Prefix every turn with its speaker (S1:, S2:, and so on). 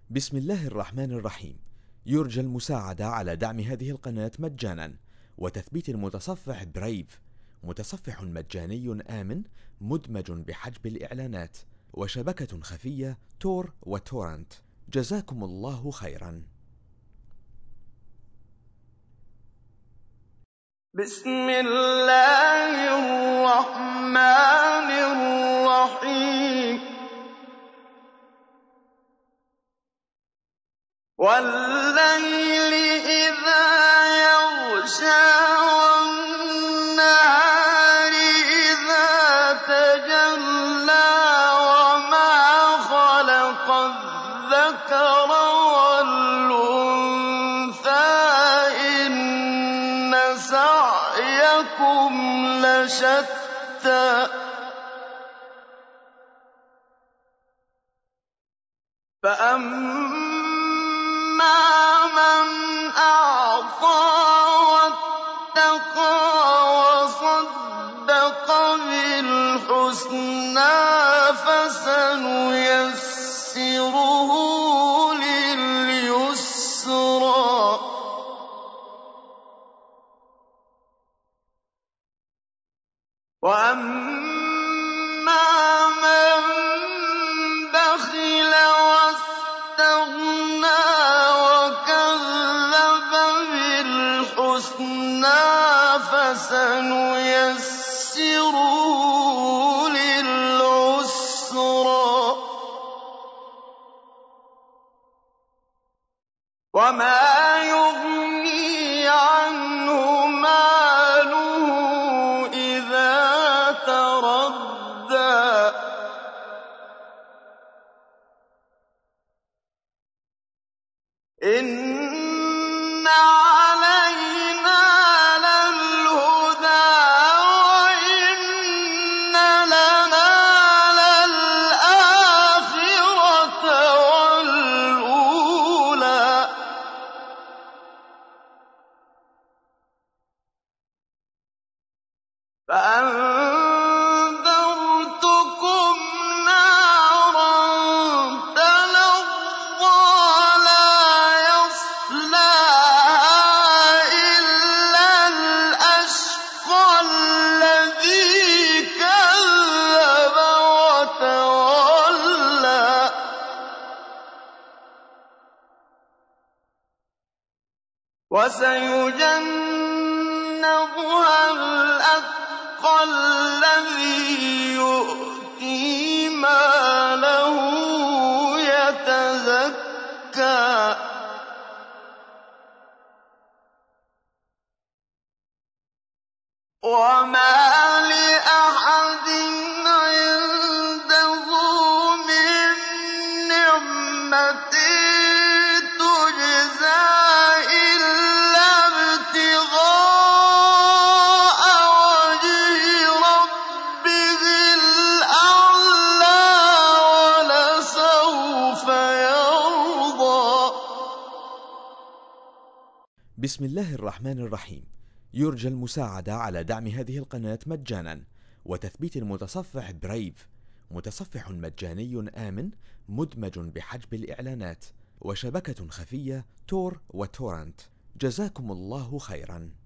S1: بسم الله الرحمن الرحيم. يرجى المساعدة على دعم هذه القناة مجانا وتثبيت المتصفح برايف، متصفح مجاني آمن مدمج بحجب الإعلانات وشبكة خفية تور وتورنت. جزاكم الله خيرا.
S2: بسم الله الرحمن الرحيم. والليل إذا يغشى والنهار إذا تجلى وما خلق الذكر والأنثى إن سعيكم لشتى فأما من أعطى واتقى وصدق بالحسنى فسنيسره لليسرى وأما من بخل واستغنى وكذب بالحسنى فسنيسره للعسرى وما يغني عنه ماله إذا تردى إن علينا للهدى وإن لنا للآخرة والأولى فأنذرتكم نارا تلظى لا يصلاها إلا الأشقى الذي كذب وتولى وسيجنبها الأتقى الذي يؤتي ماله يتزكى وما لأحد عنده من نعمة تجزى إلا ابتغاء وجه ربه الأعلى ولسوف يرضى.
S1: بسم الله الرحمن الرحيم. يرجى المساعدة على دعم هذه القناة مجانا وتثبيت المتصفح برايف، متصفح مجاني آمن مدمج بحجب الإعلانات وشبكة خفية تور وتورنت. جزاكم الله خيرا.